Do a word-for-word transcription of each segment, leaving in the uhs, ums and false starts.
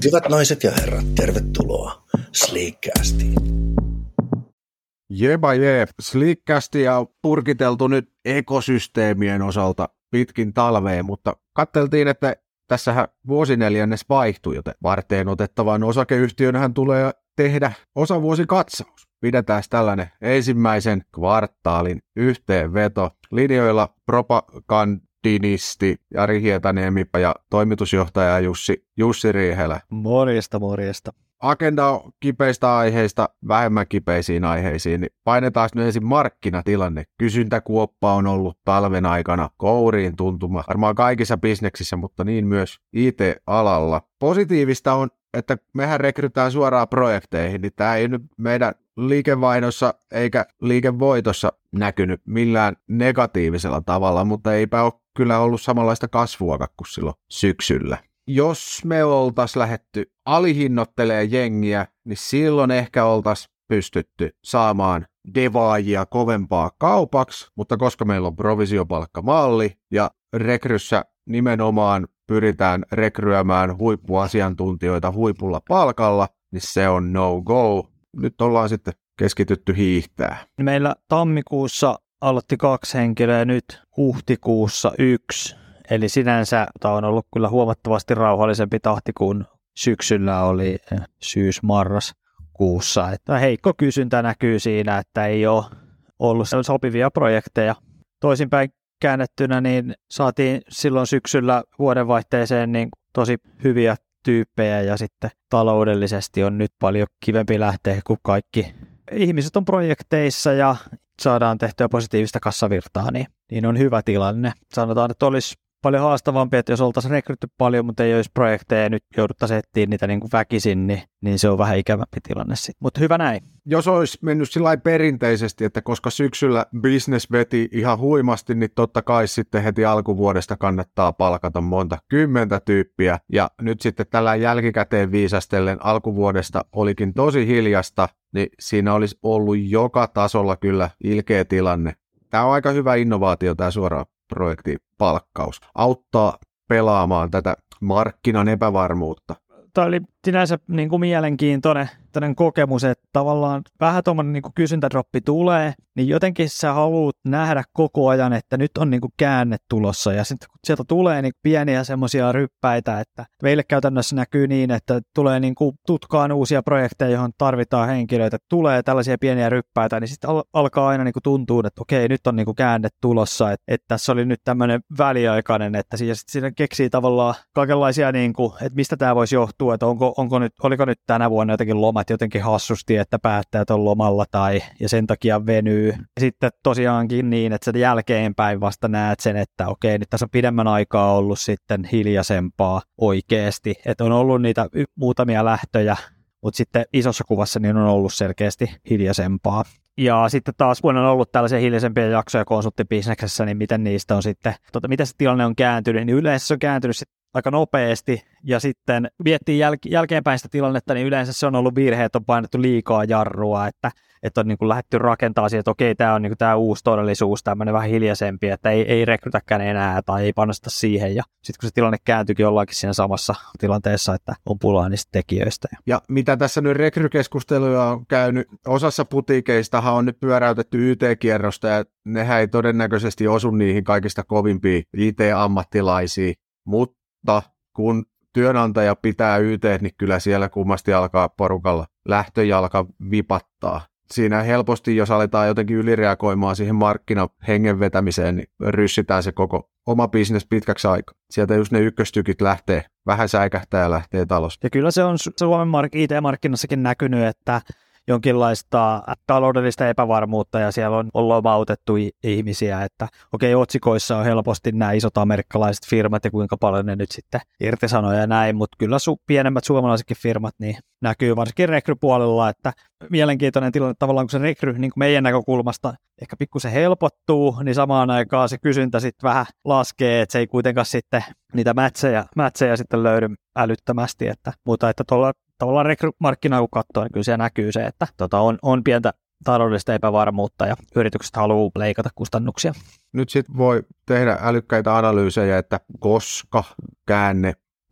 Hyvät naiset ja herrat, tervetuloa Sleekcastiin. Jeba jee, Sleekcastia on purkiteltu nyt ekosysteemien osalta pitkin talveen, mutta katseltiin, että tässähän vuosineljännes vaihtui, joten varteen otettavan osakeyhtiönhän tulee tehdä osavuosikatsaus. Pidetään tällainen ensimmäisen kvartaalin yhteenveto. Linjoilla propagandinisti Jari Hietaniemi ja toimitusjohtaja Jussi, Jussi Riihelä. Morjesta, morjesta. Agenda on kipeistä aiheista vähemmän kipeisiin aiheisiin, niin painetaan nyt ensin markkinatilanne. Kysyntäkuoppa on ollut talven aikana kouriin tuntuma, varmaan kaikissa bisneksissä, mutta niin myös I T-alalla. Positiivista on, että mehän rekrytään suoraan projekteihin, niin tämä ei nyt meidän liikevaihdossa eikä liikevoitossa näkynyt millään negatiivisella tavalla, mutta eipä ole kyllä ollut samanlaista kasvua kuin silloin syksyllä. Jos me oltaisiin lähdetty alihinnoittelemaan jengiä, niin silloin ehkä oltaisiin pystytty saamaan devaajia kovempaa kaupaksi, mutta koska meillä on provisiopalkkamalli ja rekryssä nimenomaan pyritään rekryämään huippuasiantuntijoita huipulla palkalla, niin se on no go. Nyt ollaan sitten keskitytty hiihtää. Meillä tammikuussa aloitti kaksi henkilöä, nyt huhtikuussa yksi. Eli sinänsä tämä on ollut kyllä huomattavasti rauhallisempi tahti kuin syksyllä oli syys-marraskuussa. Että heikko kysyntä näkyy siinä, että ei ole ollut sopivia projekteja. Toisinpäin käännettynä niin saatiin silloin syksyllä vuodenvaihteeseen niin tosi hyviä tyyppejä ja sitten taloudellisesti on nyt paljon kivempi lähteä, kun kaikki ihmiset on projekteissa ja saadaan tehtyä positiivista kassavirtaa, niin, niin on hyvä tilanne. Sanotaan, että olisi paljon haastavampi, että jos oltaisiin rekrytty paljon, mutta ei olisi projekteja ja nyt jouduttaisiin etsiä niitä niin kuin väkisin, niin, niin se on vähän ikävämpi tilanne sitten. Mutta hyvä näin. Jos olisi mennyt sillä perinteisesti, että koska syksyllä business veti ihan huimasti, niin totta kai sitten heti alkuvuodesta kannattaa palkata monta kymmentä tyyppiä. Ja nyt sitten tällä jälkikäteen viisastellen alkuvuodesta olikin tosi hiljasta, niin siinä olisi ollut joka tasolla kyllä ilkeä tilanne. Tämä on aika hyvä innovaatio tämä suoraan projektipalkkaus. Auttaa pelaamaan tätä markkinan epävarmuutta. Tämä oli sinänsä niin kuin mielenkiintoinen kokemus, että tavallaan vähän tuommoinen niin kuin kysyntädroppi tulee, niin jotenkin sä haluat nähdä koko ajan, että nyt on niin kuin käänne tulossa, ja sitten kun sieltä tulee niin pieniä semmoisia ryppäitä, että meille käytännössä näkyy niin, että tulee niin kuin tutkaan uusia projekteja, johon tarvitaan henkilöitä, tulee tällaisia pieniä ryppäitä, niin sitten al- alkaa aina niin kuin tuntua, että okei, nyt on niin kuin käänne tulossa, että, että tässä oli nyt tämmöinen väliaikainen, että siinä, siinä keksii tavallaan kaikenlaisia, niin kuin, että mistä tämä voisi johtua, että onko, onko nyt, oliko nyt tänä vuonna jotenkin lomat jotenkin hassusti, että päättäjät on lomalla tai ja sen takia venyy. Sitten tosiaankin niin, että sen jälkeenpäin vasta näet sen, että okei, nyt tässä on pidemmän aikaa ollut sitten hiljaisempaa oikeasti, että on ollut niitä y- muutamia lähtöjä, mutta sitten isossa kuvassa niin on ollut selkeästi hiljaisempaa. Ja sitten taas kun on ollut tällaisia hiljaisempia jaksoja konsulttibisneksessä, niin miten niistä on sitten, tota, miten se tilanne on kääntynyt, niin yleensä se on kääntynyt sitten aika nopeasti, ja sitten miettii jäl- jälkeenpäin sitä tilannetta, niin yleensä se on ollut virhe, että on painettu liikaa jarrua, että, että on niin kuin lähdetty rakentamaan siihen, että okei, tämä on niin kuin tämä uusi todellisuus, tämmöinen vähän hiljaisempi, että ei, ei rekrytäkään enää tai ei panosta siihen, ja sitten kun se tilanne kääntyykin jollakin siinä samassa tilanteessa, että on pulaa niistä tekijöistä. Ja mitä tässä nyt rekrykeskusteluja on käynyt, osassa putiikeistahan on nyt pyöräytetty Y T-kierrosta, ja nehän ei todennäköisesti osu niihin kaikista kovimpiin I T-ammattilaisiin, mutta Mutta kun työnantaja pitää Y T, niin kyllä siellä kummasti alkaa porukalla lähtöjalka vipattaa. Siinä helposti, jos aletaan jotenkin ylireagoimaan siihen markkinahengen vetämiseen, niin ryssitään se koko oma bisnes pitkäksi aikaa. Sieltä just ne ykköstykit lähtee, vähän säikähtää ja lähtee talosta. Ja kyllä se on Suomen mark- I T-markkinassakin näkynyt, että jonkinlaista taloudellista epävarmuutta ja siellä on, on lomautettu ihmisiä, että okei, otsikoissa on helposti nämä isot amerikkalaiset firmat ja kuinka paljon ne nyt sitten irtisanoo ja näin, mutta kyllä su- pienemmät suomalaisetkin firmat niin näkyy varsinkin rekrypuolella, että mielenkiintoinen tilanne tavallaan, kun se rekry niin kuin meidän näkökulmasta ehkä pikkusen helpottuu, niin samaan aikaan se kysyntä sitten vähän laskee, että se ei kuitenkaan sitten niitä mätsejä, mätsejä sitten löydy älyttömästi, että, mutta että tuolla tavallaan rekrymarkkinaa kun katsoo, niin kyllä siellä näkyy se, että tota, on, on pientä taloudellista epävarmuutta ja yritykset haluaa leikata kustannuksia. Nyt sitten voi tehdä älykkäitä analyysejä, että koska käänne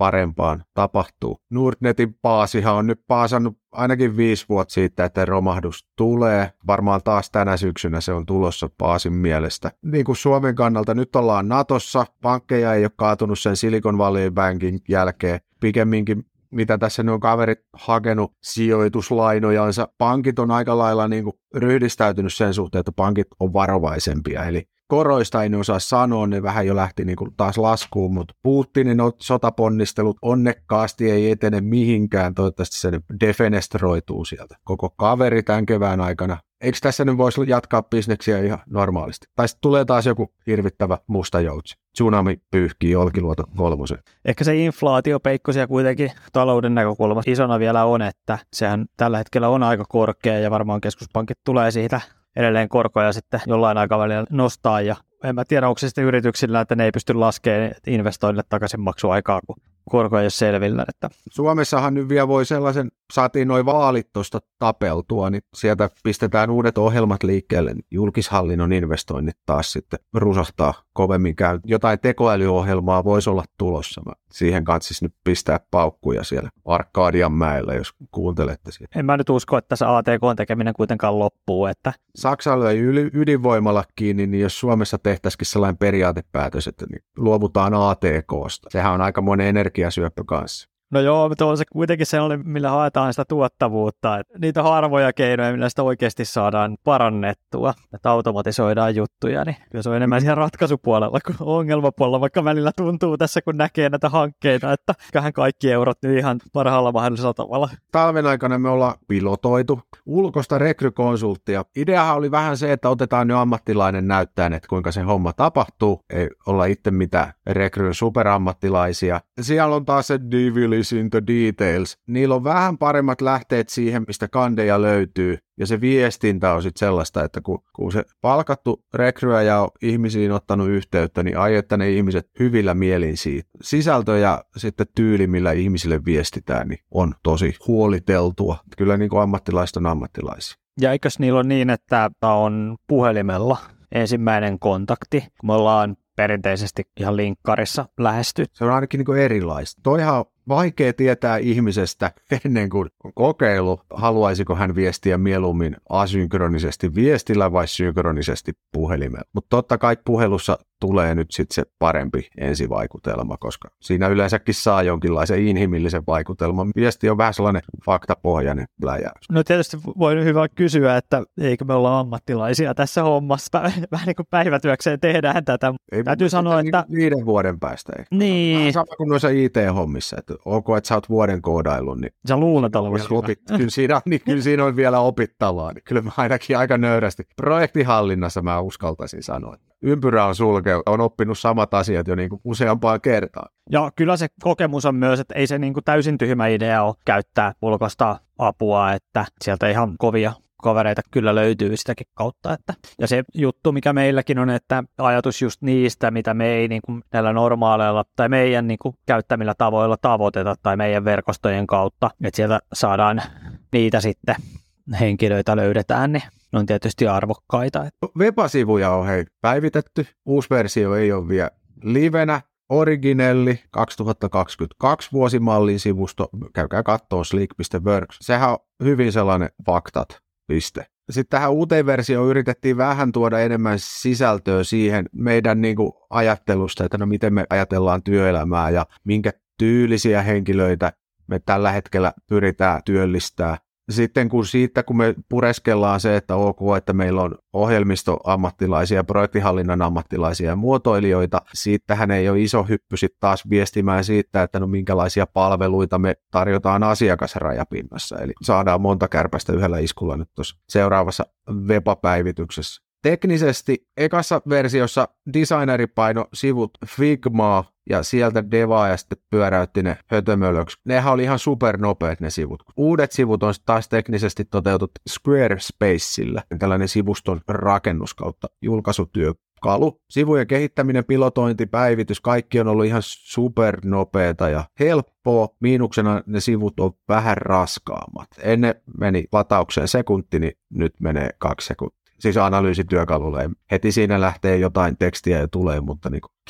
parempaan tapahtuu. Nordnetin paasihan on nyt paasannut ainakin viisi vuotta siitä, että romahdus tulee. Varmaan taas tänä syksynä se on tulossa paasin mielestä. Niin kuin Suomen kannalta nyt ollaan Natossa, pankkeja ei ole kaatunut sen Silicon Valley Bankin jälkeen. Pikemminkin mitä tässä ne on kaverit hakenut sijoituslainojansa. Pankit on aika lailla niin kuin ryhdistäytynyt sen suhteen, että pankit on varovaisempia. Eli koroista ei ne osaa sanoa, ne vähän jo lähti niin kuin taas laskuun, mutta Putinin sotaponnistelut onnekkaasti ei etene mihinkään. Toivottavasti se defenestroituu sieltä koko kaveri tämän kevään aikana. Eikö tässä nyt voisi jatkaa bisneksiä ihan normaalisti? Tai sitten tulee taas joku hirvittävä musta joutsi. Tsunami pyyhkii Olkiluoto kolmosen. Ehkä se inflaatiopeikko siellä kuitenkin talouden näkökulmasta isona vielä on, että sehän tällä hetkellä on aika korkea ja varmaan keskuspankit tulee siitä edelleen korkoja sitten jollain aikavälillä nostaa ja en mä tiedä, onko se sitten yrityksillä, että ne ei pysty laskemaan investoinnille takaisin maksuaikaa, kun korko ei ole selvillä. Että. Suomessahan nyt vielä voi sellaisen, saatiin noin vaalit tuosta tapeltua, niin sieltä pistetään uudet ohjelmat liikkeelle, niin julkishallinnon investoinnit taas sitten rusahtaa kovemmin käy. Jotain tekoälyohjelmaa voisi olla tulossa. Mä siihen kanssisi nyt pistää paukkuja siellä Arkadianmäellä, jos kuuntelette siitä. En mä nyt usko, että tässä A T K:n tekeminen kuitenkaan loppuu. Että. Saksalla ei ydinvoimalla kiinni, niin jos Suomessa tehtäisikin sellainen periaatepäätös, että niin luovutaan A T K:sta. Sehän on aika monen energiasyöppö kanssa. No joo, mutta on se kuitenkin sellainen, millä haetaan sitä tuottavuutta. Että niitä harvoja keinoja, millä sitä oikeasti saadaan parannettua, että automatisoidaan juttuja, niin kyllä se on enemmän siellä ratkaisupuolella kuin ongelmapuolella, vaikka välillä tuntuu tässä, kun näkee näitä hankkeita, että kähän kaikki eurot nyt ihan parhaalla mahdollisella tavalla. Talven aikana me ollaan pilotoitu ulkoista rekrykonsulttia. Ideahan oli vähän se, että otetaan nyt ammattilainen näyttäen, että kuinka se homma tapahtuu. Ei olla itse mitään rekryn superammattilaisia. Siellä on taas se devil is in the details. Niillä on vähän paremmat lähteet siihen, mistä kandeja löytyy. Ja se viestintä on sitten sellaista, että kun, kun se palkattu rekryäjä on ihmisiin ottanut yhteyttä, niin ai että ne ihmiset hyvillä mielin siitä. Sisältö ja sitten tyyli, millä ihmisille viestitään, niin on tosi huoliteltua. Kyllä niin kuin ammattilaiset on ammattilaisia. Ja eikös niillä on niin, että tämä on puhelimella ensimmäinen kontakti, kun me ollaan perinteisesti ihan linkkarissa lähesty. Se on ainakin niin kuin erilaista. Toihan on vaikea tietää ihmisestä ennen kuin on kokeilu, haluaisiko hän viestiä mieluummin asynkronisesti viestillä vai synkronisesti puhelimella. Mutta totta kai puhelussa tulee nyt sitten se parempi ensivaikutelma, koska siinä yleensäkin saa jonkinlaisen inhimillisen vaikutelman. Viesti on vähän sellainen faktapohjainen läjäys. No tietysti voi hyvä kysyä, että eikö me olla ammattilaisia tässä hommassa. Vähän niin kuin päivätyökseen tehdään tätä. Ei, Täytyy sanoa, että niin viiden vuoden päästä ei. Niin. Sama kuin noissa I T-hommissa, että ok, että sä oot vuoden koodaillut, niin sä luulet olevan opit, kyllä, siinä, niin kyllä siinä on vielä opittavaa. Niin kyllä mä ainakin aika nöyrästi. Projektihallinnassa mä uskaltaisin sanoa. Ympyrä on sulkeu, on oppinut samat asiat jo niin kuin useampaan kertaan. Ja kyllä se kokemus on myös, että ei se niin kuin täysin tyhmä idea ole käyttää ulkoista apua, että sieltä ihan kovia kavereita kyllä löytyy sitäkin kautta. Että. Ja se juttu, mikä meilläkin on, että ajatus just niistä, mitä me ei niin kuin näillä normaaleilla tai meidän niin kuin käyttämillä tavoilla tavoiteta tai meidän verkostojen kautta, että sieltä saadaan niitä sitten henkilöitä löydetään, niin ne on tietysti arvokkaita. Weba-sivuja on hei päivitetty. Uusi versio ei ole vielä livenä. Originelli kaksituhattakaksikymmentäkaksi vuosimallin sivusto. Käykää katsoa sleek piste works. Sehän on hyvin sellainen faktat. Piste. Sitten tähän uuteen versioon yritettiin vähän tuoda enemmän sisältöä siihen meidän niin kuin ajattelusta, että no miten me ajatellaan työelämää ja minkä tyylisiä henkilöitä me tällä hetkellä pyritään työllistää. Sitten kun siitä, kun me pureskellaan se, että ok, että meillä on ohjelmistoammattilaisia, projektihallinnan ammattilaisia ja muotoilijoita, siitähän ei ole iso hyppy sitten taas viestimään siitä, että no minkälaisia palveluita me tarjotaan asiakasrajapinnassa. Eli saadaan monta kärpästä yhdellä iskulla nyt tuossa seuraavassa Weba-päivityksessä. Teknisesti ekassa versiossa designeri paino sivut Figmaa ja sieltä Devaa ja sitten pyöräytti ne hötömölöksi. Nehän oli ihan supernopeat ne sivut. Uudet sivut on taas teknisesti toteutettu Squarespaceillä. Tällainen sivuston rakennus kautta julkaisutyökalu. Sivujen kehittäminen, pilotointi, päivitys, kaikki on ollut ihan supernopeata ja helppoa. Miinuksena ne sivut on vähän raskaammat. Ennen meni lataukseen sekunti, niin nyt menee kaksi sekuntia. Siis analyysityökalulle. Heti siinä lähtee jotain tekstiä ja tulee, mutta niin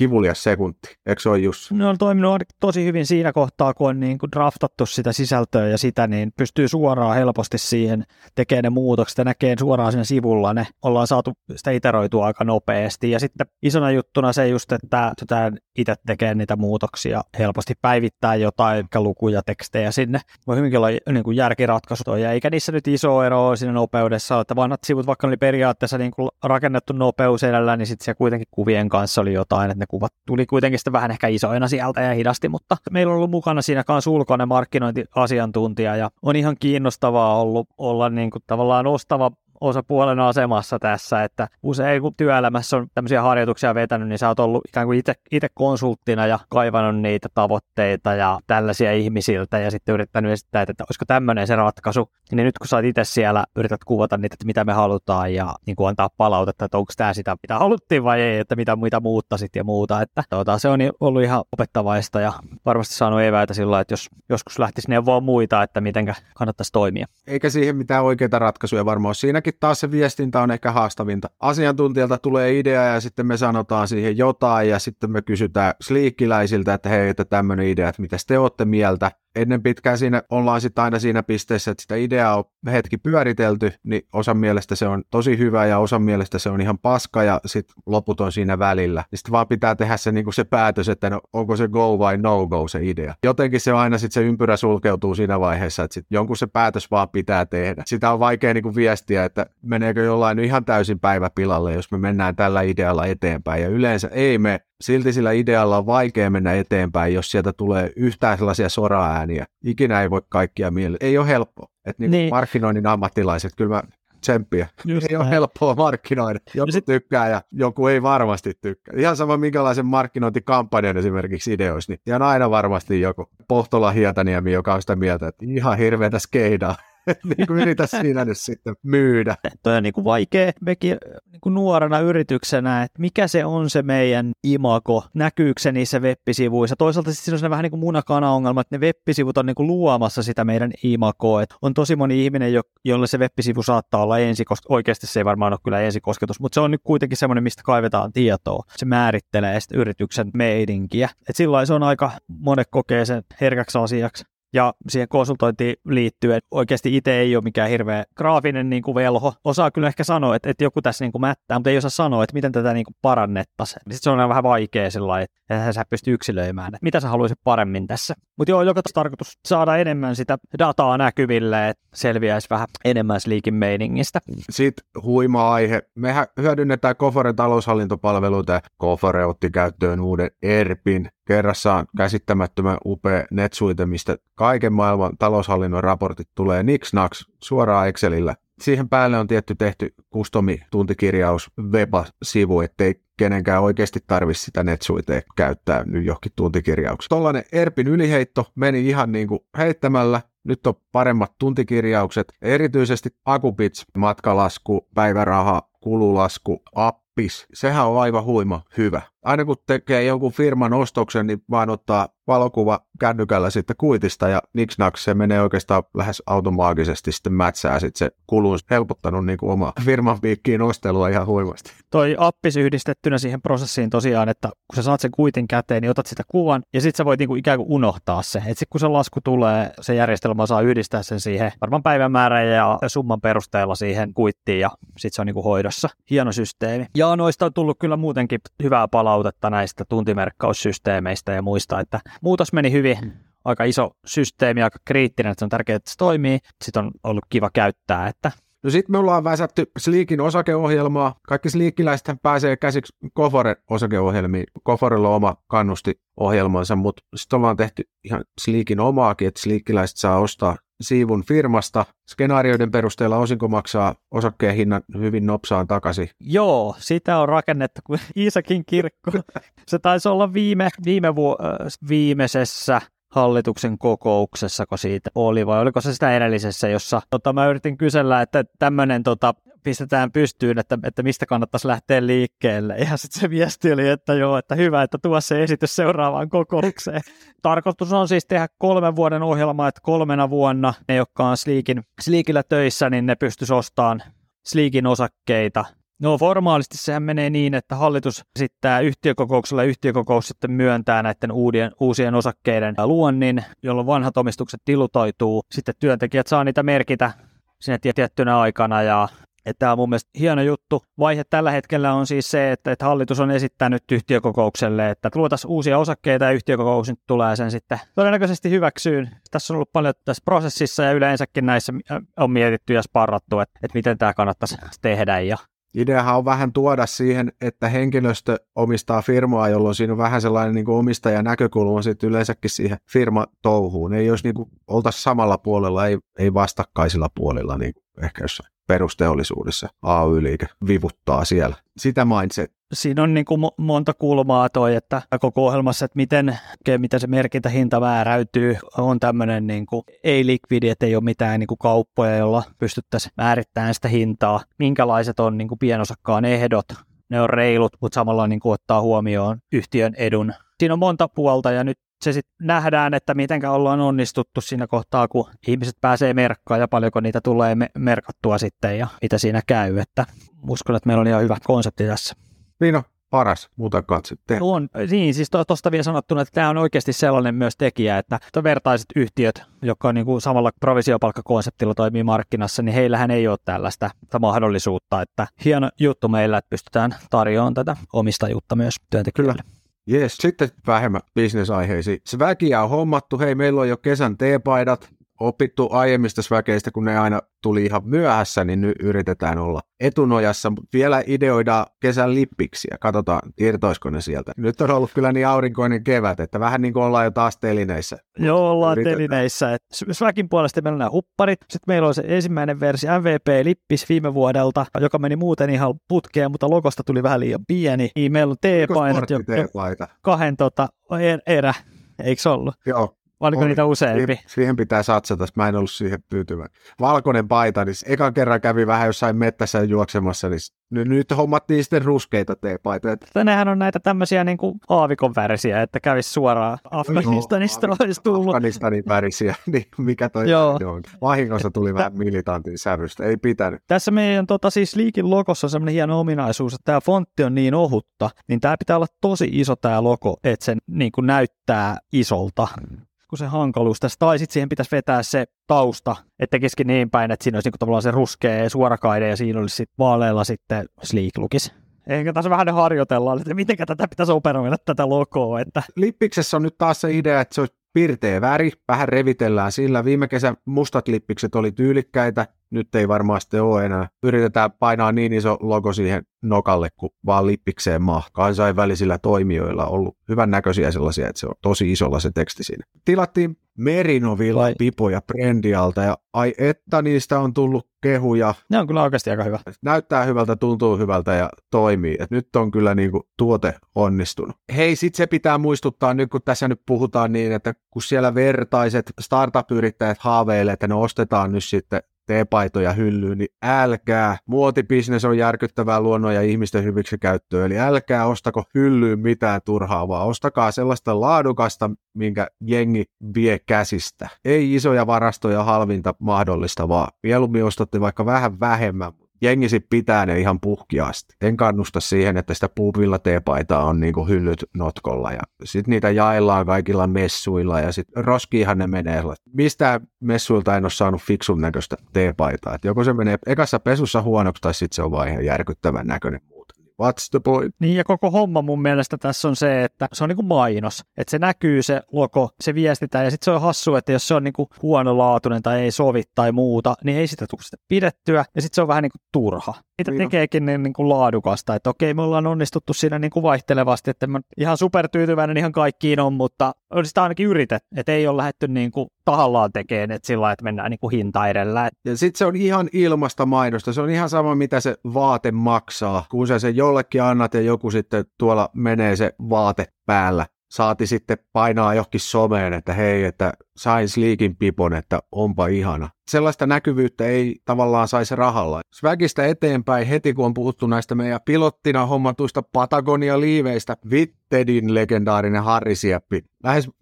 kivulias sekunti. Eikö se ole Jussi? Ne on toiminut tosi hyvin siinä kohtaa, kun on niin kuin draftattu sitä sisältöä ja sitä, niin pystyy suoraan helposti siihen tekemään ne muutokset ja näkee suoraan siinä sivulla ne. Ollaan saatu sitä iteroitua aika nopeasti. Ja sitten isona juttuna se just, että itse tekee niitä muutoksia helposti, päivittää jotain lukuja, tekstejä sinne. Voi hyvinkin olla niin kuin järkiratkaisu, eikä niissä nyt iso ero siinä nopeudessa, että vanhat sivut, vaikka ne oli periaatteessa niin kuin rakennettu nopeus edellä, niin sitten se kuitenkin kuvien kanssa oli jotain, että ne kuvat tuli kuitenkin sitten vähän ehkä isoina sieltä ja hidasti, mutta meillä on ollut mukana siinä kanssa ulkoinen markkinointiasiantuntija ja on ihan kiinnostavaa ollut olla niin kuin tavallaan ostava osapuolen asemassa tässä, että usein kun työelämässä on tämmöisiä harjoituksia vetänyt, niin sä oot ollut ikään kuin itse konsulttina ja kaivannut niitä tavoitteita ja tällaisia ihmisiltä ja sitten yrittänyt esittää, että olisiko tämmöinen se ratkaisu. Niin nyt kun sä oot itse siellä, yrität kuvata niitä, että mitä me halutaan ja niin kuin antaa palautetta, että onko tämä sitä, mitä haluttiin vai ei, että mitä muita muuttasit ja muuta. Että tuota, se on ollut ihan opettavaista ja varmasti saanut eväitä sillä, että jos joskus lähtisi neuvoa muita, että miten kannattaisi toimia. Eikä siihen mitään oikeita ratkaisuja varmaan. Siinäkin taas se viestintä on ehkä haastavinta. Asiantuntijalta tulee idea ja sitten me sanotaan siihen jotain ja sitten me kysytään sliikkiläisiltä, että hei, että tämmöinen idea, että mitä te olette mieltä. Ennen pitkään siinä ollaan sitten aina siinä pisteessä, että sitä ideaa on hetki pyöritelty, niin osan mielestä se on tosi hyvä ja osan mielestä se on ihan paska ja sitten loput on siinä välillä. Sitten vaan pitää tehdä se, niin kuin se päätös, että no, onko se go vai no go se idea. Jotenkin se on aina sitten se ympyrä sulkeutuu siinä vaiheessa, että sit jonkun se päätös vaan pitää tehdä. Sitä on vaikea niin kuin viestiä, että meneekö jollain ihan täysin päivä pilalle, jos me mennään tällä idealla eteenpäin ja yleensä ei me. Silti sillä idealla on vaikea mennä eteenpäin, jos sieltä tulee yhtään sellaisia soraääniä. Ikinä ei voi kaikkia mieleen. Ei ole helppoa. Että niin niin. Markkinoinnin ammattilaiset, kyllä mä tsemppiä. Just ei näin. Ole helppoa markkinoida. Joku sit tykkää ja joku ei varmasti tykkää. Ihan sama minkälaisen markkinointikampanjan esimerkiksi ideoissa, niin ihan aina varmasti joku Pohtola Hietaniemi, joka on sitä mieltä, että ihan hirveätä skeidaa. niin kuin yritä siinä nyt sitten myydä. Toi on niin kuin vaikea mekin niin kuin nuorena yrityksenä, että mikä se on se meidän imago, näkyykö se niissä web-sivuissa. Toisaalta sitten siinä on vähän niin kuin munakana-ongelma, että ne web-sivut on niin kuin luomassa sitä meidän imagoa. Että on tosi moni ihminen, jolle se web-sivu saattaa olla ensikosketus. Oikeasti se ei varmaan ole kyllä ensikosketus, mutta se on nyt kuitenkin semmoinen, mistä kaivetaan tietoa. Se määrittelee sitten yrityksen meidinkiä. Että silloin se on aika, monet kokee sen herkäksi asiaksi. Ja siihen konsultointiin liittyen oikeasti itse ei ole mikään hirveä graafinen niin kuin velho. Osaa kyllä ehkä sanoa, että, että joku tässä niin kuin mättää, mutta ei osaa sanoa, että miten tätä niin kuin parannettaisiin. Sitten se on vähän vaikea sellainen, että sä pystyy yksilöimään, että mitä sä haluaisit paremmin tässä. Mutta joo, joka tarkoitus saada enemmän sitä dataa näkyville, että selviäisi vähän enemmän Sleekin meiningistä. Sitten huima aihe. Mehän hyödynnetään Goforen taloushallintopalveluita ja Gofore otti käyttöön uuden E R Pin. Kerrassaan käsittämättömän upea NetSuite, mistä kaiken maailman taloushallinnon raportit tulee niks-naks suoraan Excelillä. Siihen päälle on tietty tehty customi-tuntikirjaus web-sivu, ettei kenenkään oikeasti tarvitse sitä NetSuitea käyttää nyt johonkin tuntikirjaukseen. Tuollainen E R Pin yliheitto meni ihan niin kuin heittämällä. Nyt on paremmat tuntikirjaukset, erityisesti Akupits, matkalasku, päiväraha, kululasku, appis. Sehän on aivan huima hyvä. Aina kun tekee jonkun firman ostoksen, niin vaan ottaa valokuva kännykällä sitten kuitista ja niksnaks se menee oikeastaan lähes automaattisesti sitten mätsää sitten se kulun helpottanut niin kuin oma firman piikkiin ostelua ihan huimasti. Toi appis yhdistettynä siihen prosessiin tosiaan, että kun sä saat sen kuitin käteen, niin otat sitä kuvan ja sitten sä voit niin kuin ikään kuin unohtaa se. Että sitten kun se lasku tulee, se järjestelmä saa yhdistää sen siihen varmaan päivämäärän ja summan perusteella siihen kuittiin ja sitten se on niin kuin hoidossa. Hieno systeemi. Ja noista on tullut kyllä muutenkin hyvää palautetta näistä tuntimerkkaussysteemeistä ja muista, että muutos meni hyvin. Aika iso systeemi, aika kriittinen, että se on tärkeää, että se toimii. Sitten on ollut kiva käyttää, että no sitten me ollaan väsätty Sleekin osakeohjelmaa. Kaikki sleekiläisethän pääsee käsiksi Goforen osakeohjelmiin. Goforella on oma kannustiohjelmansa, mutta sitten ollaan tehty ihan Sleekin omaakin, että sleekiläiset saa ostaa siivun firmasta. Skenaarioiden perusteella osinko maksaa osakkeen hinnan hyvin nopsaan takaisin. Joo, sitä on rakennettu kuin Iisakin kirkko. Se taisi olla viime, viime vuo, viimeisessä hallituksen kokouksessa, kun siitä oli, vai oliko se sitä edellisessä, jossa tota, mä yritin kysellä, että tämmöinen tota, pistetään pystyyn, että, että mistä kannattaisi lähteä liikkeelle. Ja sitten se viesti oli, että joo, että hyvä, että tuo se esitys seuraavaan kokoukseen. Tarkoitus on siis tehdä kolmen vuoden ohjelma, että kolmena vuonna ne, jotka on Sleekin, Sleekillä töissä, niin ne pystyisi ostamaan Sleekin osakkeita No formaalisti sehän menee niin, että hallitus esittää yhtiökokouksella ja yhtiökokous sitten myöntää näiden uudien, uusien osakkeiden luonnin, jolloin vanhat omistukset dilutoituu. Sitten työntekijät saa niitä merkitä sinne tiettynä aikana ja tämä on mun mielestä hieno juttu. Vaihe tällä hetkellä on siis se, että, että hallitus on esittänyt yhtiökokoukselle, että luotaisiin uusia osakkeita ja yhtiökokous nyt tulee sen sitten todennäköisesti hyväksyyn. Tässä on ollut paljon tässä prosessissa ja yleensäkin näissä on mietitty ja sparrattu, että, että miten tämä kannattaisi tehdä. Ja ideahan on vähän tuoda siihen, että henkilöstö omistaa firmaa, jolloin siinä on vähän sellainen niin kuin omistajan näkökulma sitten yleensäkin siihen firmatouhuun. Ei jos niin kuin oltaisiin samalla puolella, ei, ei vastakkaisilla puolilla, niin kuin ehkä jossain perusteollisuudessa A Y-liike vivuttaa siellä. Sitä mindset. Siinä on niin kuin monta kulmaa toi, että koko ohjelmassa, että miten, miten se merkintähinta määräytyy, on tämmöinen niin kuin ei-likvidi, että ei ole mitään niin kuin kauppoja, jolla pystyttäisiin määrittämään sitä hintaa. Minkälaiset on niin kuin pienosakkaan ehdot, ne on reilut, mutta samalla niin kuin ottaa huomioon yhtiön edun. Siinä on monta puolta ja nyt se sitten nähdään, että mitenkä ollaan onnistuttu siinä kohtaa, kun ihmiset pääsee merkkaan ja paljonko niitä tulee me- merkattua sitten ja mitä siinä käy. Että uskon, että meillä on ihan hyvä konsepti tässä. Niin on paras, muuta katse tehdä. On, niin, siis tuosta to, vielä sanottuna, että tämä on oikeasti sellainen myös tekijä, että vertaiset yhtiöt, jotka on niin kuin samalla provisiopalkkakonseptilla toimii markkinassa, niin heillähän ei ole tällaista mahdollisuutta. Että hieno juttu meillä, että pystytään tarjoamaan tätä omistajuutta myös työntekijöille. Jes, sitten vähemmän bisnesaiheisiin. Se väkiä on hommattu, hei meillä on jo kesän teepaidat, opittu aiemmista sväkeistä, kun ne aina tuli ihan myöhässä, niin nyt yritetään olla etunojassa, mutta vielä ideoidaan kesän lippiksiä, katsotaan irtoisiko ne sieltä. Nyt on ollut kyllä niin aurinkoinen kevät, että vähän niin kuin ollaan jo taas telineissä. Joo, ollaan yritetään telineissä. Sväkin puolesta meillä on nämä hupparit, sitten meillä on se ensimmäinen versio M V P-lippis viime vuodelta, joka meni muuten ihan putkeen, mutta logosta tuli vähän liian pieni. Niin meillä on teepainot jo kahden tota, erä, eikö ollut? Joo. Oliko niitä useampi? Siihen pitää satsata, mä en ollut siihen tyytyväinen. Valkoinen paita, niin ekan kerran kävi vähän jossain mettässä juoksemassa, niin nyt, nyt hommattiin sitten ruskeita teepaitoja. Nehän on näitä tämmöisiä niin kuin aavikon värisiä, että kävisi suoraan Afganistanista no, olisi tullut. Afganistanin värisiä, niin mikä toi on. Vahingossa tuli vähän militantin sävystä, ei pitänyt. Tässä meidän tota, siis Sleekin logossa on semmoinen hieno ominaisuus, että tämä fontti on niin ohutta, niin tämä pitää olla tosi iso tämä logo, että se niin kuin näyttää isolta. Kun se hankaluus tässä, tai sitten siihen pitäisi vetää se tausta, että tekisikin niin päin, että siinä olisi niinku tavallaan se ruskea suorakaide ja siinä olisi sitten vaaleilla sitten Sleek-lukis. Eikä tässä vähän harjoitellaan, että miten tätä pitäisi operoida tätä logoa. Että Lippiksessä on nyt taas se idea, että se olisi pirteä väri, vähän revitellään sillä. Viime kesän mustat lippikset oli tyylikkäitä, nyt ei varmaan sitten ole enää. Yritetään painaa niin iso logo siihen nokalle, kun vaan lippikseen maa. Kansainvälisillä toimijoilla on ollut hyvän näköisiä sellaisia, että se on tosi isolla se teksti siinä. Tilattiin Merinovilla pipoja Brandialta ja ai että niistä on tullut kehuja. Ne on kyllä oikeasti aika hyvä. Näyttää hyvältä, tuntuu hyvältä ja toimii. Et nyt on kyllä niinku tuote onnistunut. Hei, sit se pitää muistuttaa nyt, kun tässä nyt puhutaan niin, että kun siellä vertaiset startup-yrittäjät haaveilee, että ne ostetaan nyt sitten teepaitoja hyllyyn, niin älkää, muotibisnes on järkyttävää luonnon ja ihmisten hyviksi käyttöön, eli älkää ostako hyllyyn mitään turhaa, vaan ostakaa sellaista laadukasta, minkä jengi vie käsistä. Ei isoja varastoja halvinta mahdollista, vaan mieluummin ostatte vaikka vähän vähemmän, jengi sit pitää ne ihan puhkiasti. En kannusta siihen, että sitä puuvilla teepaitaa on niinku hyllyt notkolla ja sitten niitä jaellaan kaikilla messuilla ja sitten roskiinhan ne menee. Mistään messuilta en ole saanut fiksun näköistä teepaitaa. Et joko se menee ekassa pesussa huonoksi tai sitten se on vaan ihan järkyttävän näköinen muuten. What's the point? Niin ja koko homma mun mielestä tässä on se, että se on niinku mainos. Että se näkyy se logo, se viestitään ja sitten se on hassu, että jos se on niinku huonolaatuinen tai ei sovi tai muuta, niin ei sitä tule sitä pidettyä ja sitten se on vähän niinku turha. Niitä niin tekeekin niin, niin kuin laadukasta, että okei, me ollaan onnistuttu siinä niin kuin vaihtelevasti, että mä ihan supertyytyväinen ihan kaikkiin on, mutta on sitä ainakin yritetty, että ei ole lähdetty niin kuin tahallaan tekemään, että sillä lailla, että mennään niin kuin hinta edellä. Ja sitten se on ihan ilmasta mainosta, se on ihan sama, mitä se vaate maksaa, kun sä sen jollekin annat ja joku sitten tuolla menee se vaate päällä. Saati sitten painaa johonkin someen, että hei, että sain Sleekin pipon, että onpa ihana. Sellaista näkyvyyttä ei tavallaan saisi rahalla. Swagista eteenpäin heti, kun on puhuttu näistä meidän pilottina hommatuista Patagonia-liiveistä, Wittedin legendaarinen Harri Sieppi. Lähes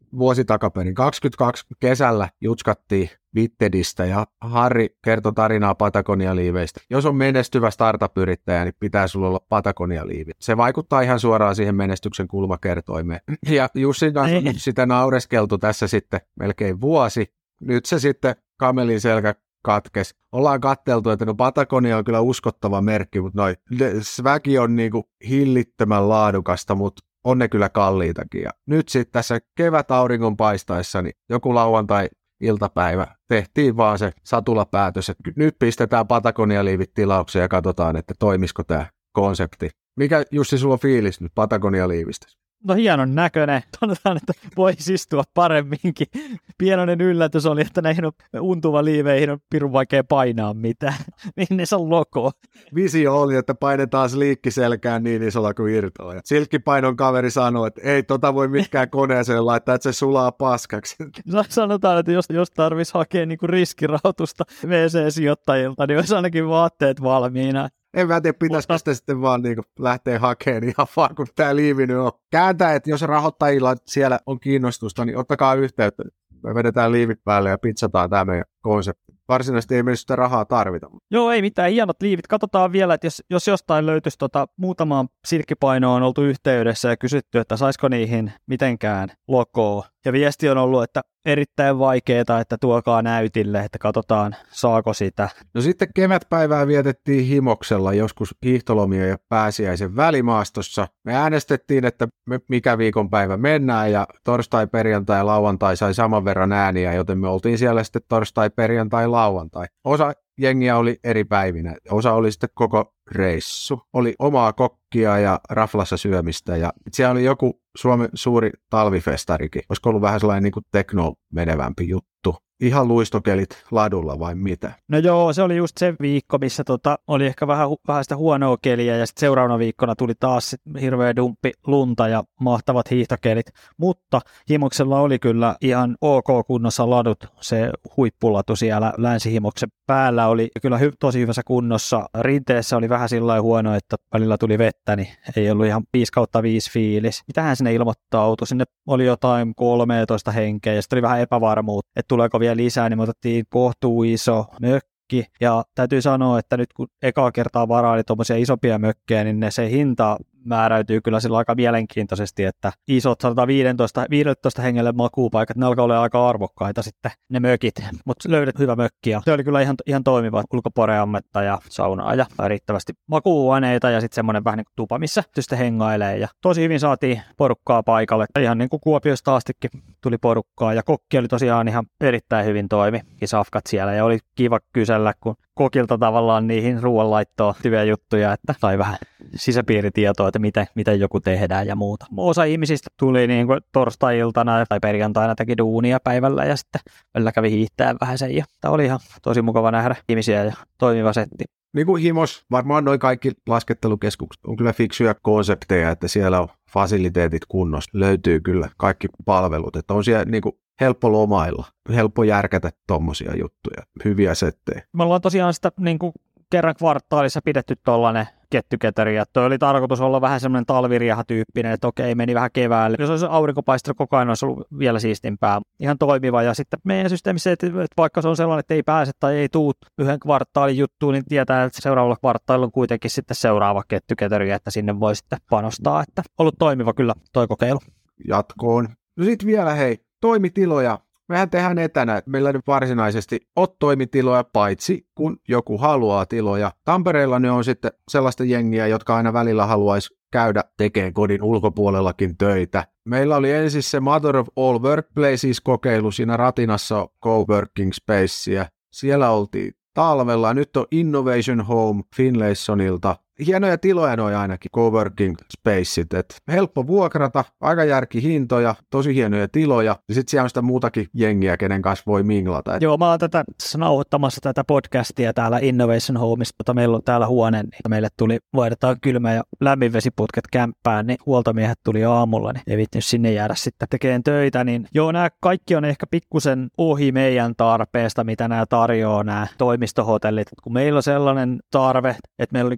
vuosi takaperin. kaksikymmentäkaksi kesällä jutskattiin Wittedistä ja Harri kertoi tarinaa Patagonia-liiveistä. Jos on menestyvä startup-yrittäjä, niin pitää sulla olla Patagonia-liivi. Se vaikuttaa ihan suoraan siihen menestyksen kulmakertoimeen. Ja Jussin kanssa on sitä naureskeltu tässä sitten melkein vuosi. Nyt se sitten kamelin selkä katkes. Ollaan katteltu, että no Patagonia on kyllä uskottava merkki, mutta noi sväki on niinku hillittömän laadukasta, mutta on ne kyllä kalliitakin. Ja nyt sitten tässä kevät auringon paistaessa, niin joku lauantai-iltapäivä tehtiin vaan se satulapäätös, että nyt pistetään Patagonia-liivit tilaukseen ja katsotaan, että toimisiko tämä konsepti. Mikä Jussi sulla on fiilis nyt Patagonia-liivistä? No hienon näköinen. Todetaan, että voisi istua paremminkin. Pienoinen yllätys oli, että näihin on untuva liiveihin on pirun vaikea painaa mitään. Minne se on logo? Visio oli, että painetaan sliikki selkään niin isolla kuin irtoa. Silkkipainon kaveri sanoi, että ei tota voi mitkään koneeseen laittaa, että se sulaa paskaksi. Sanotaan, että jos, jos tarvitsisi hakea niinku riskirahoitusta V C-sijoittajilta, niin olisi ainakin vaatteet valmiina. En mä tiedä, pitäisikö sitä sitten vaan niin lähteä hakemaan ihan vaan, kun tämä liivi nyt on. Kääntää, että jos rahoittajilla siellä on kiinnostusta, niin ottakaa yhteyttä. Me vedetään liivit päälle ja pitsataan tämä meidän konsepti. Varsinaisesti ei meillä sitä rahaa tarvita. Joo, ei mitään, hienot liivit. Katsotaan vielä, että jos, jos jostain löytyisi tota, muutamaan silkkipainoon on oltu yhteydessä ja kysytty, että saisiko niihin mitenkään logoa. Ja viesti on ollut, että erittäin vaikeaa, että tuokaa näytille, että katsotaan saako sitä. No sitten kevätpäivää vietettiin Himoksella joskus hiihtolomien ja pääsiäisen välimaastossa. Me äänestettiin, että me mikä viikonpäivä mennään ja torstai, perjantai ja lauantai sai saman verran ääniä, joten me oltiin siellä sitten torstai, perjantai, lauantai. Osa jengiä oli eri päivinä, osa oli sitten koko reissu. Oli omaa kokkia ja raflassa syömistä ja siellä oli joku Suomen suuri talvifestarikin. Olisiko ollut vähän sellainen niin kuin tekno menevämpi juttu. Ihan luistokelit ladulla vai mitä? No joo, se oli just se viikko, missä tota, oli ehkä vähän, vähän sitä huonoa keliä ja sitten seuraavana viikkona tuli taas hirveä dumppi lunta ja mahtavat hiihtokelit. Mutta Himoksella oli kyllä ihan ok kunnossa ladut. Se huippulatu siellä Länsi-Himoksen päällä oli kyllä hy- tosi hyvässä kunnossa. Rinteessä oli vähän sillä huono, että välillä tuli vettä, niin ei ollut ihan viisi kautta viisi fiilis. Mitähän sinne ilmoittautui? Sinne oli jotain kolmetoista henkeä ja sitten oli vähän epävarmuutta, että tuleeko vielä lisää, niin me otettiin kohtuu iso mökki. Ja täytyy sanoa, että nyt kun ekaa kertaa varaili tuommoisia isompia mökkejä, niin ne se hinta määräytyy kyllä sillä aika mielenkiintoisesti, että isot sanotaan viisitoista, viisitoista hengelle makuupaikat, ne alkaa olla aika arvokkaita sitten ne mökit, mutta löydät hyvä mökki ja se oli kyllä ihan, ihan toimiva ulkoporeammetta ja saunaa ja riittävästi makuuaineita ja sitten semmoinen vähän niin kuin tupa, missä sitten hengailee ja tosi hyvin saatiin porukkaa paikalle, ihan niin kuin Kuopiosta astikin tuli porukkaa ja kokki oli tosiaan ihan erittäin hyvin toimi, safkat siellä ja oli kiva kysellä, kun kokilta tavallaan niihin ruoanlaittoon tyviä juttuja, että sai vähän sisäpiiritietoa, että miten, miten joku tehdään ja muuta. Osa ihmisistä tuli niin kuin torstai-iltana tai perjantaina teki duunia päivällä ja sitten välillä kävi hiihtämään vähän sen. Ja tämä oli ihan tosi mukava nähdä ihmisiä ja toimiva setti. Niin kuin Himos, varmaan noi kaikki laskettelukeskukset on kyllä fiksuja konsepteja, että siellä on fasiliteetit kunnossa. Löytyy kyllä kaikki palvelut, että on siellä niin kuin helppo lomailla, helppo järkätä tommosia juttuja, hyviä settejä. Me ollaan tosiaan sitä niin kuin kerran kvartaalissa pidetty tollainen kettyketeri, ja toi oli tarkoitus olla vähän semmoinen talvirieha-tyyppinen, että okei, meni vähän keväälle. Jos olisi aurinko paistanut koko ajan, olisi ollut vielä siistimpää. Ihan toimiva, ja sitten meidän systeemissä, että vaikka se on sellainen, että ei pääse tai ei tuu yhden kvartaalin juttuun, niin tietää, että seuraavalla kvartaalilla on kuitenkin sitten seuraava kettyketeri, että sinne voi sitten panostaa, että ollut toimiva kyllä toi kokeilu. Jatkoon. No sit vielä hei, toimitiloja. Mehän tehdään etänä. Meillä nyt varsinaisesti ole toimitiloja, paitsi kun joku haluaa tiloja. Tampereella ne on sitten sellaista jengiä, jotka aina välillä haluaisi käydä tekemään kodin ulkopuolellakin töitä. Meillä oli ensin se Mother of All Workplaces-kokeilu siinä Ratinassa Coworking Spacea. Siellä oltiin talvella. Nyt on Innovation Home Finlaysonilta. Hienoja tiloja noi ainakin, coworking spaceit, että helppo vuokrata, aika järkihintoja, tosi hienoja tiloja, ja sitten siellä on sitä muutakin jengiä, kenen kanssa voi minglata. Joo, mä oon tätä nauhoittamassa tätä podcastia täällä Innovation Homeissa, mutta meillä on täällä huone, niin meille tuli, vaihdetaan kylmä- ja lämminvesiputket kämppään, niin huoltomiehet tuli aamulla, niin ei viittynyt sinne jäädä sitten tekemään töitä, niin joo, nämä kaikki on ehkä pikkusen ohi meidän tarpeesta, mitä nämä tarjoaa, nämä toimistohotellit, kun meillä on sellainen tarve, että meillä on muutama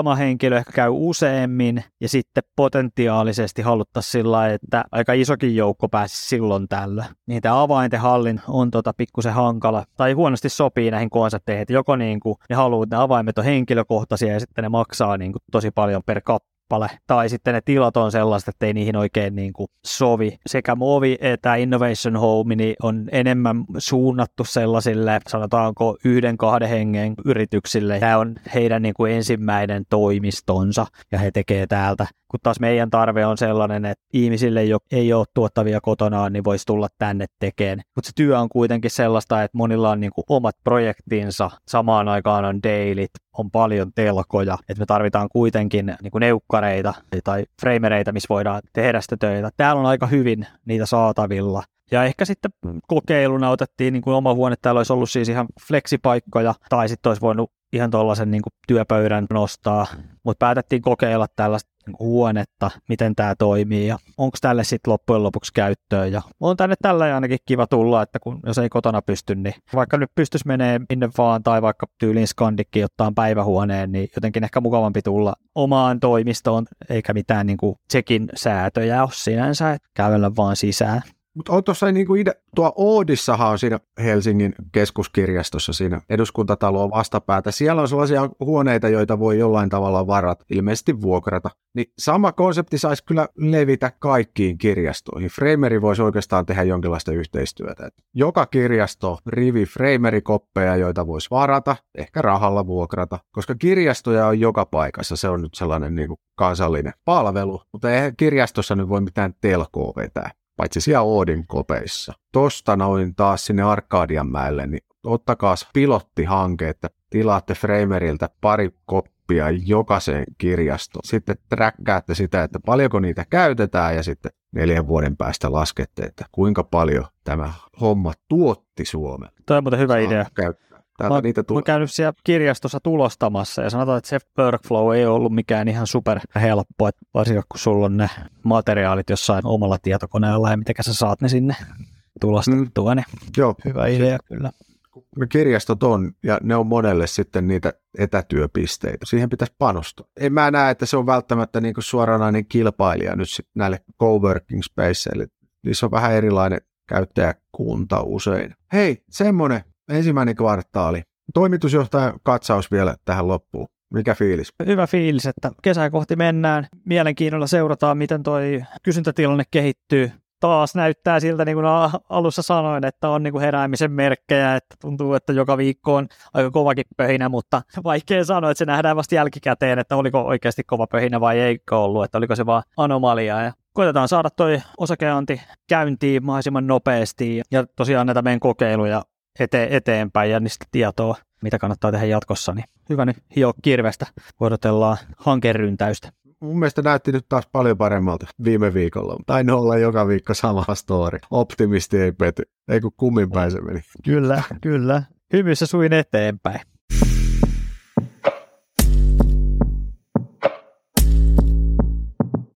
sama henkilö ehkä käy useammin, ja sitten potentiaalisesti haluttaisiin sillä, että aika isokin joukko pääsisi silloin tällöin. Niin tämä avainten hallin on tota pikkusen hankala, tai huonosti sopii näihin konsepteihin, että joko niin kuin ne haluaa, että ne avaimet on henkilökohtaisia, ja sitten ne maksaa niin kuin tosi paljon per kappale. Tai sitten ne tilat on sellaiset, että ei niihin oikein niin kuin sovi. Sekä Movi että Innovation Home niin on enemmän suunnattu sellaisille, sanotaanko yhden kahden hengen yrityksille. Tämä on heidän niin kuin ensimmäinen toimistonsa ja he tekee täältä. Kun taas meidän tarve on sellainen, että ihmisille ei ole tuottavia kotonaan, niin voisi tulla tänne tekemään. Mutta se työ on kuitenkin sellaista, että monilla on niinku omat projektinsa, samaan aikaan on dailit, on paljon telkoja, että me tarvitaan kuitenkin niinku neukkareita tai framereita, missä voidaan tehdä sitä töitä. Täällä on aika hyvin niitä saatavilla. Ja ehkä sitten kokeiluna otettiin niin kuin oma huone, täällä olisi ollut siis ihan fleksipaikkoja, tai sitten olisi voinut ihan tuollaisen niin kuin työpöydän nostaa, mutta päätettiin kokeilla tällaista niin kuin huonetta, miten tämä toimii ja onko tälle sitten loppujen lopuksi käyttöön. Ja on tänne tällä ainakin kiva tulla, että kun, jos ei kotona pysty, niin vaikka nyt pystyisi menee minne vaan tai vaikka tyyliin Skandikkiin ottaa päivähuoneen, niin jotenkin ehkä mukavampi tulla omaan toimistoon, eikä mitään niin kuin check-in säätöjä ole sinänsä, että kävellä vaan sisään. Mutta on tuossa niinku ide- tuo Oodissahan on siinä Helsingin keskuskirjastossa siinä eduskuntataloon vastapäätä. Siellä on sellaisia huoneita, joita voi jollain tavalla varata, ilmeisesti vuokrata. Niin sama konsepti saisi kyllä levitä kaikkiin kirjastoihin. Frameri voisi oikeastaan tehdä jonkinlaista yhteistyötä. Et joka kirjasto rivi Frameri-koppeja, joita voisi varata, ehkä rahalla vuokrata, koska kirjastoja on joka paikassa. Se on nyt sellainen niinku kansallinen palvelu, mutta eihän kirjastossa nyt voi mitään telkoa vetää. Paitsi siellä Oodin kopeissa. Tosta noin taas sinne Arkadianmäelle, niin ottakaa pilottihanke, että tilaatte Frameriltä pari koppia jokaiseen kirjastoon. Sitten träkkäätte sitä, että paljonko niitä käytetään ja sitten neljän vuoden päästä laskette, että kuinka paljon tämä homma tuotti Suomelle. Tämä on muuten hyvä idea. Käyttää. Täältä niitä tulee. Mä oon käynyt siellä kirjastossa tulostamassa ja sanotaan, että se workflow ei ollut mikään ihan super helppo, että varsinkin kun sulla on ne materiaalit jossain omalla tietokoneella ja miten sä saat ne sinne tulostettua, niin mm. Joo. Hyvä idea kyllä. Ne kirjastot on, ja ne on monelle sitten niitä etätyöpisteitä. Siihen pitäisi panostaa. En mä näe, että se on välttämättä niin kuin suoranainen kilpailija nyt sitten näille coworking spaceille. Niissä on vähän erilainen käyttäjäkunta usein. Hei, semmoinen ensimmäinen kvartaali. Toimitusjohtajan katsaus vielä tähän loppuun. Mikä fiilis? Hyvä fiilis, että kesää kohti mennään. Mielenkiinnolla seurataan, miten toi kysyntätilanne kehittyy. Taas näyttää siltä, niin kuin alussa sanoin, että on niin kuin heräämisen merkkejä, että tuntuu, että joka viikko on aika kovakin pöhinä, mutta vaikea sanoa, että se nähdään vasta jälkikäteen, että oliko oikeasti kova pöhinä vai eikö ollut, että oliko se vaan anomalia. Ja koitetaan saada toi osakeanti käyntiin mahdollisimman nopeasti ja tosiaan näitä meidän kokeiluja ete- eteenpäin ja niistä tietoa, mitä kannattaa tehdä jatkossa. Niin hyvä nyt hio kirvestä, odotellaan hankeryntäystä. Mun mielestä näytti nyt taas paljon paremmalta viime viikolla. Taisi olla joka viikko sama story. Optimisti ei pety. Ei kun kummin päin se meni. Kyllä, kyllä. Hymyssä suin eteenpäin.